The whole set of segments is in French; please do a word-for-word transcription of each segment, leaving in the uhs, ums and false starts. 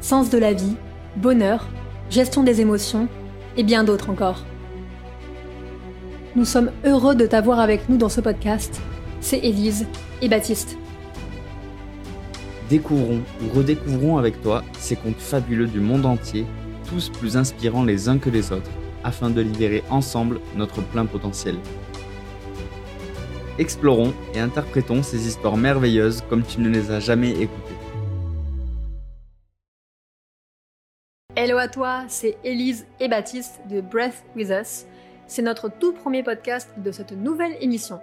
sens de la vie, bonheur, gestion des émotions et bien d'autres encore. Nous sommes heureux de t'avoir avec nous dans ce podcast. C'est Élise et Baptiste. Découvrons ou redécouvrons avec toi ces contes fabuleux du monde entier, tous plus inspirants les uns que les autres, afin de libérer ensemble notre plein potentiel. Explorons et interprétons ces histoires merveilleuses comme tu ne les as jamais écoutées. Hello à toi, c'est Élise et Baptiste de Breath With Us. C'est notre tout premier podcast de cette nouvelle émission.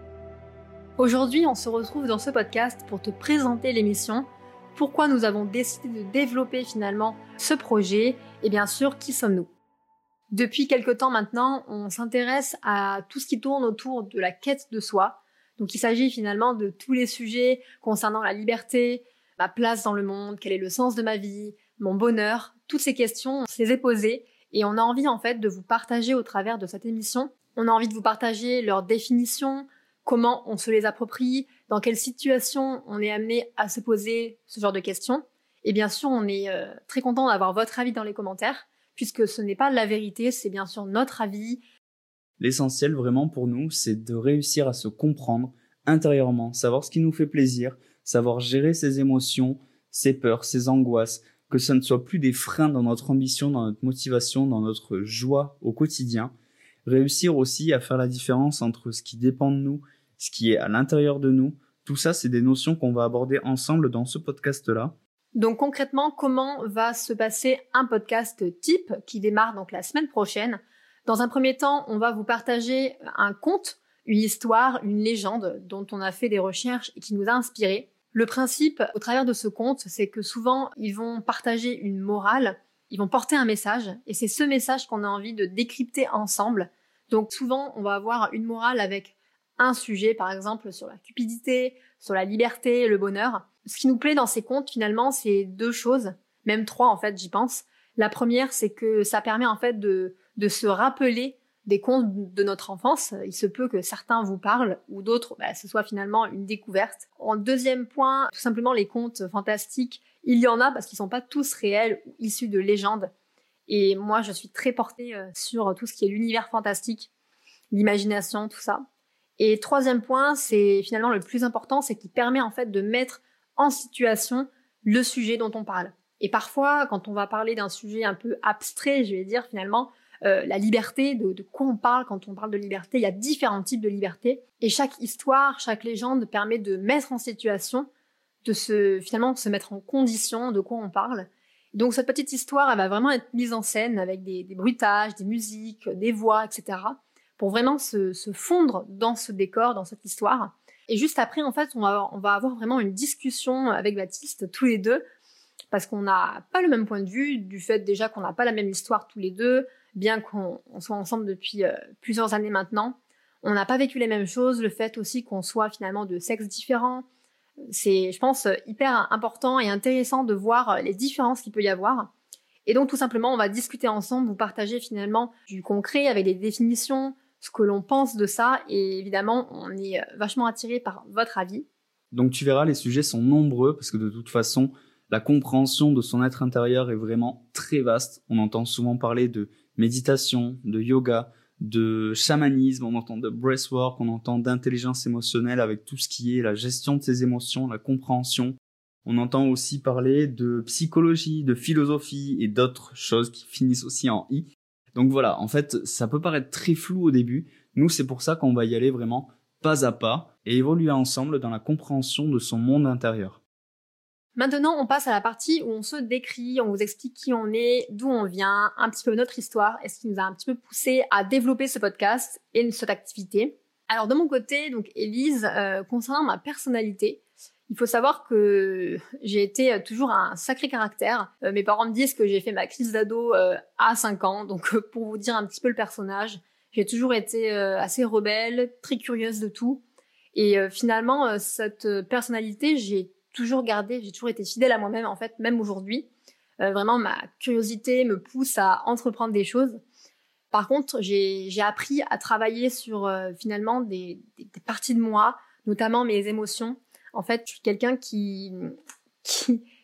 Aujourd'hui, on se retrouve dans ce podcast pour te présenter l'émission, pourquoi nous avons décidé de développer finalement ce projet et bien sûr, qui sommes-nous. Depuis quelque temps maintenant, on s'intéresse à tout ce qui tourne autour de la quête de soi. Donc il s'agit finalement de tous les sujets concernant la liberté, ma place dans le monde, quel est le sens de ma vie, mon bonheur. Toutes ces questions, on se les est posées et on a envie en fait de vous partager au travers de cette émission. On a envie de vous partager leur définition, comment on se les approprie, dans quelle situation on est amené à se poser ce genre de questions. Et bien sûr, on est euh, très content d'avoir votre avis dans les commentaires, puisque ce n'est pas la vérité, c'est bien sûr notre avis. L'essentiel vraiment pour nous, c'est de réussir à se comprendre intérieurement, savoir ce qui nous fait plaisir, savoir gérer ses émotions, ses peurs, ses angoisses, que ça ne soit plus des freins dans notre ambition, dans notre motivation, dans notre joie au quotidien. Réussir aussi à faire la différence entre ce qui dépend de nous, ce qui est à l'intérieur de nous. Tout ça, c'est des notions qu'on va aborder ensemble dans ce podcast-là. Donc concrètement, comment va se passer un podcast type qui démarre donc la semaine prochaine? Dans un premier temps, on va vous partager un conte, une histoire, une légende dont on a fait des recherches et qui nous a inspirés. Le principe au travers de ce conte, c'est que souvent, ils vont partager une morale, ils vont porter un message, et c'est ce message qu'on a envie de décrypter ensemble. Donc souvent, on va avoir une morale avec un sujet, par exemple sur la cupidité, sur la liberté, le bonheur. Ce qui nous plaît dans ces contes, finalement, c'est deux choses, même trois en fait, j'y pense. La première, c'est que ça permet en fait de, de se rappeler des contes de notre enfance. Il se peut que certains vous parlent ou d'autres, bah, ce soit finalement une découverte. En deuxième point, tout simplement les contes fantastiques, il y en a parce qu'ils sont pas tous réels ou issus de légendes. Et moi, je suis très portée sur tout ce qui est l'univers fantastique, l'imagination, tout ça. Et troisième point, c'est finalement le plus important, c'est qu'il permet en fait de mettre en situation le sujet dont on parle. Et parfois, quand on va parler d'un sujet un peu abstrait, je vais dire finalement, euh, la liberté, de, de quoi on parle quand on parle de liberté, il y a différents types de liberté. Et chaque histoire, chaque légende permet de mettre en situation, de se, finalement, se mettre en condition de quoi on parle. Donc cette petite histoire, elle va vraiment être mise en scène avec des, des bruitages, des musiques, des voix, et cetera, pour vraiment se, se fondre dans ce décor, dans cette histoire. Et juste après, en fait, on va, on va avoir vraiment une discussion avec Baptiste, tous les deux, parce qu'on n'a pas le même point de vue, du fait déjà qu'on n'a pas la même histoire tous les deux, bien qu'on on soit ensemble depuis euh, plusieurs années maintenant. On n'a pas vécu les mêmes choses, le fait aussi qu'on soit finalement de sexes différents. C'est, je pense, hyper important et intéressant de voir les différences qu'il peut y avoir. Et donc, tout simplement, on va discuter ensemble, vous partager finalement du concret avec des définitions, ce que l'on pense de ça, et évidemment, on est vachement attiré par votre avis. Donc tu verras, les sujets sont nombreux, parce que de toute façon, la compréhension de son être intérieur est vraiment très vaste. On entend souvent parler de méditation, de yoga, de chamanisme, on entend de breathwork, on entend d'intelligence émotionnelle avec tout ce qui est la gestion de ses émotions, la compréhension. On entend aussi parler de psychologie, de philosophie et d'autres choses qui finissent aussi en « i ». Donc voilà, en fait, ça peut paraître très flou au début. Nous, c'est pour ça qu'on va y aller vraiment pas à pas et évoluer ensemble dans la compréhension de son monde intérieur. Maintenant, on passe à la partie où on se décrit, on vous explique qui on est, d'où on vient, un petit peu notre histoire et ce qui nous a un petit peu poussé à développer ce podcast et cette activité. Alors de mon côté, donc Élise, euh, concernant ma personnalité, il faut savoir que j'ai été toujours un sacré caractère. Euh, mes parents me disent que j'ai fait ma crise d'ado euh, à cinq ans, donc euh, pour vous dire un petit peu le personnage, j'ai toujours été euh, assez rebelle, très curieuse de tout. Et euh, finalement, euh, cette personnalité, j'ai toujours gardé, j'ai toujours été fidèle à moi-même, en fait, même aujourd'hui. Euh, vraiment, ma curiosité me pousse à entreprendre des choses. Par contre, j'ai, j'ai appris à travailler sur euh, finalement des, des, des parties de moi, notamment mes émotions. En fait, je suis quelqu'un qui, qui,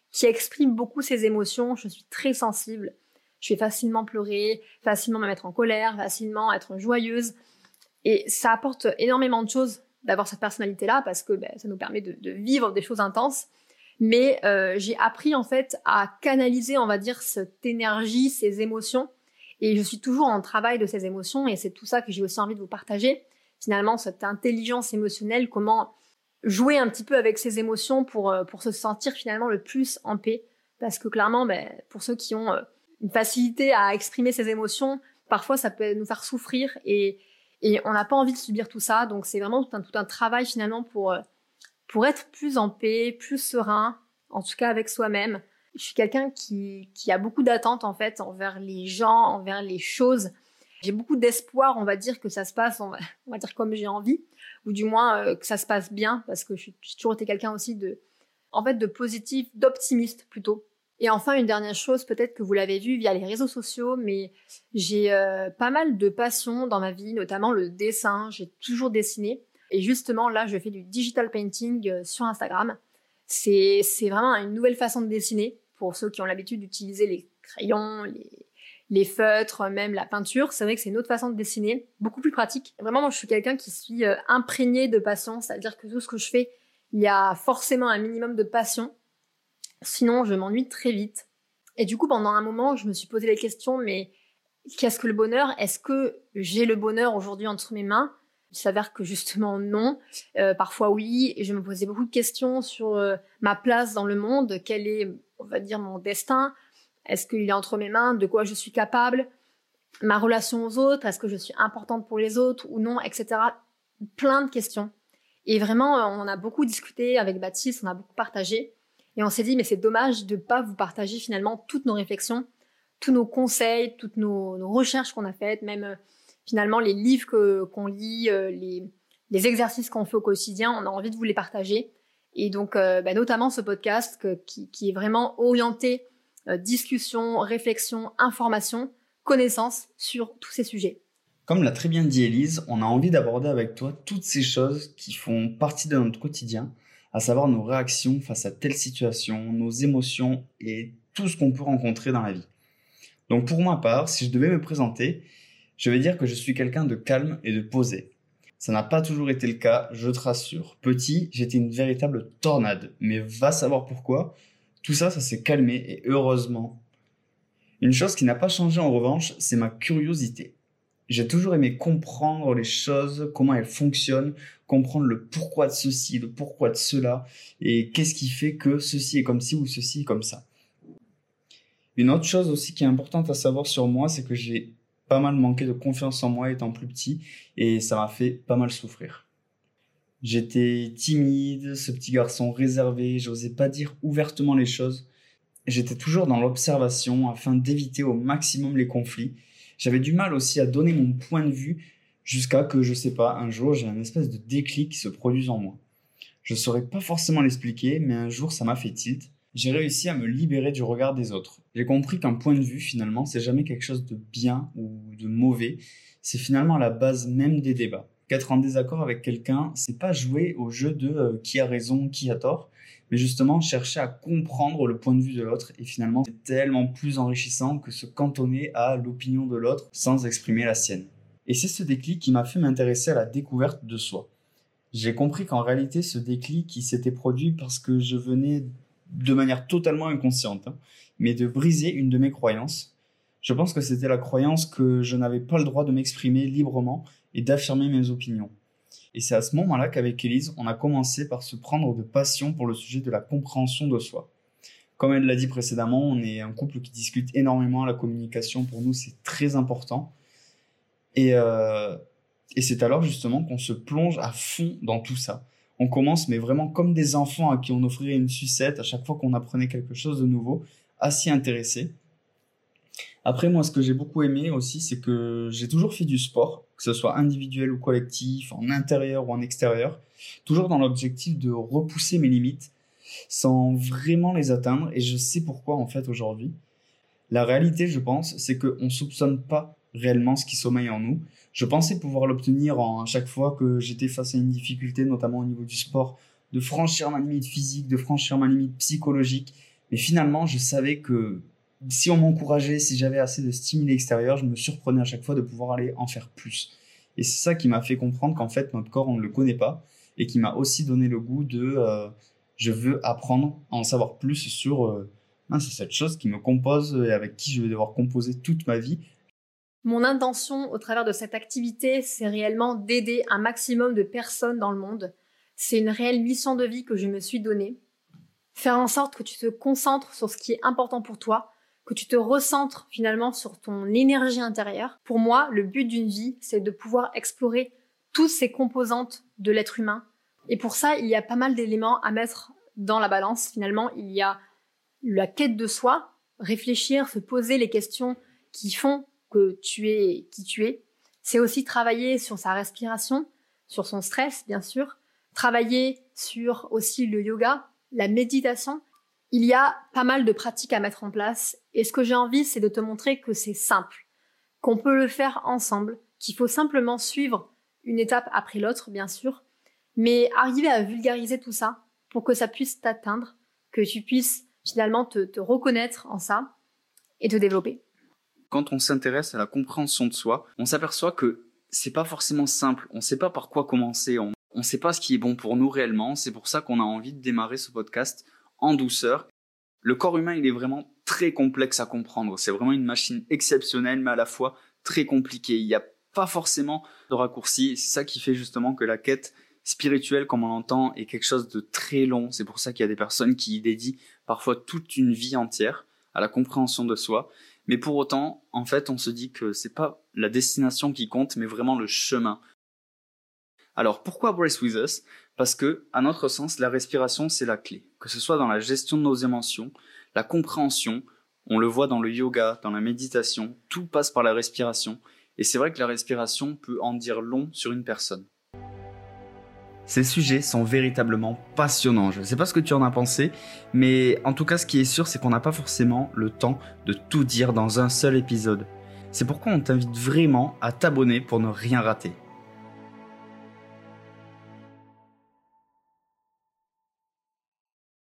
qui exprime beaucoup ses émotions. Je suis très sensible. Je vais facilement pleurer, facilement me mettre en colère, facilement être joyeuse. Et ça apporte énormément de choses d'avoir cette personnalité-là parce que ben, ça nous permet de, de vivre des choses intenses. Mais euh, j'ai appris en fait à canaliser, on va dire, cette énergie, ces émotions. Et je suis toujours en travail de ces émotions et c'est tout ça que j'ai aussi envie de vous partager. Finalement, cette intelligence émotionnelle, comment jouer un petit peu avec ces émotions pour, pour se sentir finalement le plus en paix. Parce que clairement, ben, pour ceux qui ont une facilité à exprimer ces émotions, parfois ça peut nous faire souffrir et, et on n'a pas envie de subir tout ça. Donc c'est vraiment tout un, tout un travail finalement pour, pour être plus en paix, plus serein, en tout cas avec soi-même. Je suis quelqu'un qui, qui a beaucoup d'attentes en fait envers les gens, envers les choses. J'ai beaucoup d'espoir, on va dire, que ça se passe, on va, on va dire comme j'ai envie, ou du moins euh, que ça se passe bien, parce que je suis, j'ai toujours été quelqu'un aussi de, en fait, de positif, d'optimiste plutôt. Et enfin, une dernière chose, peut-être que vous l'avez vu via les réseaux sociaux, mais j'ai euh, pas mal de passions dans ma vie, notamment le dessin. J'ai toujours dessiné. Et justement, là, je fais du digital painting euh, sur Instagram. C'est, c'est vraiment une nouvelle façon de dessiner pour ceux qui ont l'habitude d'utiliser les crayons, les, les feutres, même la peinture. C'est vrai que c'est une autre façon de dessiner, beaucoup plus pratique. Vraiment, moi, je suis quelqu'un qui suis euh, imprégné de passion, c'est-à-dire que tout ce que je fais, il y a forcément un minimum de passion. Sinon, je m'ennuie très vite. Et du coup, pendant un moment, je me suis posé la question, mais qu'est-ce que le bonheur ? Est-ce que j'ai le bonheur aujourd'hui entre mes mains ? Il s'avère que justement non, euh, parfois oui, et je me posais beaucoup de questions sur euh, ma place dans le monde, quel est, on va dire, mon destin, est-ce qu'il est entre mes mains, de quoi je suis capable, ma relation aux autres, est-ce que je suis importante pour les autres ou non, et cetera. Plein de questions. Et vraiment, on en a beaucoup discuté avec Baptiste, on a beaucoup partagé, et on s'est dit, mais c'est dommage de ne pas vous partager finalement toutes nos réflexions, tous nos conseils, toutes nos, nos recherches qu'on a faites, même... Euh, Finalement, les livres que, qu'on lit, euh, les, les exercices qu'on fait au quotidien, on a envie de vous les partager. Et donc, euh, bah, notamment ce podcast que, qui, qui est vraiment orienté euh, discussion, réflexion, information, connaissance sur tous ces sujets. Comme l'a très bien dit Élise, on a envie d'aborder avec toi toutes ces choses qui font partie de notre quotidien, à savoir nos réactions face à telle situation, nos émotions et tout ce qu'on peut rencontrer dans la vie. Donc pour ma part, si je devais me présenter, je vais dire que je suis quelqu'un de calme et de posé. Ça n'a pas toujours été le cas, je te rassure. Petit, j'étais une véritable tornade, mais va savoir pourquoi. Tout ça, ça s'est calmé et heureusement. Une chose qui n'a pas changé en revanche, c'est ma curiosité. J'ai toujours aimé comprendre les choses, comment elles fonctionnent, comprendre le pourquoi de ceci, le pourquoi de cela, et qu'est-ce qui fait que ceci est comme ci ou ceci est comme ça. Une autre chose aussi qui est importante à savoir sur moi, c'est que j'ai pas mal manqué de confiance en moi étant plus petit et ça m'a fait pas mal souffrir. J'étais timide, ce petit garçon réservé, j'osais pas dire ouvertement les choses. J'étais toujours dans l'observation afin d'éviter au maximum les conflits. J'avais du mal aussi à donner mon point de vue jusqu'à que, je sais pas, un jour j'ai un espèce de déclic qui se produise en moi. Je saurais pas forcément l'expliquer, mais un jour ça m'a fait tilt. J'ai réussi à me libérer du regard des autres. J'ai compris qu'un point de vue, finalement, c'est jamais quelque chose de bien ou de mauvais. C'est finalement la base même des débats. Qu'être en désaccord avec quelqu'un, c'est pas jouer au jeu de euh, qui a raison, qui a tort, mais justement chercher à comprendre le point de vue de l'autre. Et finalement, c'est tellement plus enrichissant que se cantonner à l'opinion de l'autre sans exprimer la sienne. Et c'est ce déclic qui m'a fait m'intéresser à la découverte de soi. J'ai compris qu'en réalité, ce déclic, il s'était produit parce que je venais de manière totalement inconsciente, hein, mais de briser une de mes croyances. Je pense que c'était la croyance que je n'avais pas le droit de m'exprimer librement et d'affirmer mes opinions. Et c'est à ce moment-là qu'avec Élise, on a commencé par se prendre de passion pour le sujet de la compréhension de soi. Comme elle l'a dit précédemment, on est un couple qui discute énormément, la communication pour nous c'est très important. Et, euh, et c'est alors justement qu'on se plonge à fond dans tout ça. On commence, mais vraiment comme des enfants à qui on offrait une sucette à chaque fois qu'on apprenait quelque chose de nouveau, à s'y intéresser. Après, moi, ce que j'ai beaucoup aimé aussi, c'est que j'ai toujours fait du sport, que ce soit individuel ou collectif, en intérieur ou en extérieur, toujours dans l'objectif de repousser mes limites sans vraiment les atteindre. Et je sais pourquoi, en fait, aujourd'hui. La réalité, je pense, c'est qu'on ne soupçonne pas réellement ce qui sommeille en nous. Je pensais pouvoir l'obtenir en, à chaque fois que j'étais face à une difficulté, notamment au niveau du sport, de franchir ma limite physique, de franchir ma limite psychologique. Mais finalement, je savais que si on m'encourageait, si j'avais assez de stimuli extérieurs, je me surprenais à chaque fois de pouvoir aller en faire plus. Et c'est ça qui m'a fait comprendre qu'en fait, notre corps, on ne le connaît pas, et qui m'a aussi donné le goût de euh, je veux apprendre à en savoir plus sur euh, hein, c'est cette chose qui me compose et avec qui je vais devoir composer toute ma vie. Mon intention au travers de cette activité, c'est réellement d'aider un maximum de personnes dans le monde. C'est une réelle mission de vie que je me suis donnée. Faire en sorte que tu te concentres sur ce qui est important pour toi, que tu te recentres finalement sur ton énergie intérieure. Pour moi, le but d'une vie, c'est de pouvoir explorer toutes ces composantes de l'être humain. Et pour ça, il y a pas mal d'éléments à mettre dans la balance. Finalement, il y a la quête de soi, réfléchir, se poser les questions qui font que tu es qui tu es. C'est aussi travailler sur sa respiration, sur son stress, bien sûr. Travailler sur aussi le yoga, la méditation. Il y a pas mal de pratiques à mettre en place. Et ce que j'ai envie, c'est de te montrer que c'est simple, qu'on peut le faire ensemble, qu'il faut simplement suivre une étape après l'autre, bien sûr, mais arriver à vulgariser tout ça pour que ça puisse t'atteindre, que tu puisses finalement te, te reconnaître en ça et te développer. Quand on s'intéresse à la compréhension de soi, on s'aperçoit que c'est pas forcément simple. On sait pas par quoi commencer. On, on sait pas ce qui est bon pour nous réellement. C'est pour ça qu'on a envie de démarrer ce podcast en douceur. Le corps humain, il est vraiment très complexe à comprendre. C'est vraiment une machine exceptionnelle, mais à la fois très compliquée. Il n'y a pas forcément de raccourci. C'est ça qui fait justement que la quête spirituelle, comme on l'entend, est quelque chose de très long. C'est pour ça qu'il y a des personnes qui y dédient parfois toute une vie entière à la compréhension de soi. Mais pour autant, en fait, on se dit que c'est pas la destination qui compte, mais vraiment le chemin. Alors, pourquoi Breathe With Us ? Parce que, à notre sens, la respiration, c'est la clé. Que ce soit dans la gestion de nos émotions, la compréhension, on le voit dans le yoga, dans la méditation, tout passe par la respiration. Et c'est vrai que la respiration peut en dire long sur une personne. Ces sujets sont véritablement passionnants. Je ne sais pas ce que tu en as pensé, mais en tout cas, ce qui est sûr, c'est qu'on n'a pas forcément le temps de tout dire dans un seul épisode. C'est pourquoi on t'invite vraiment à t'abonner pour ne rien rater.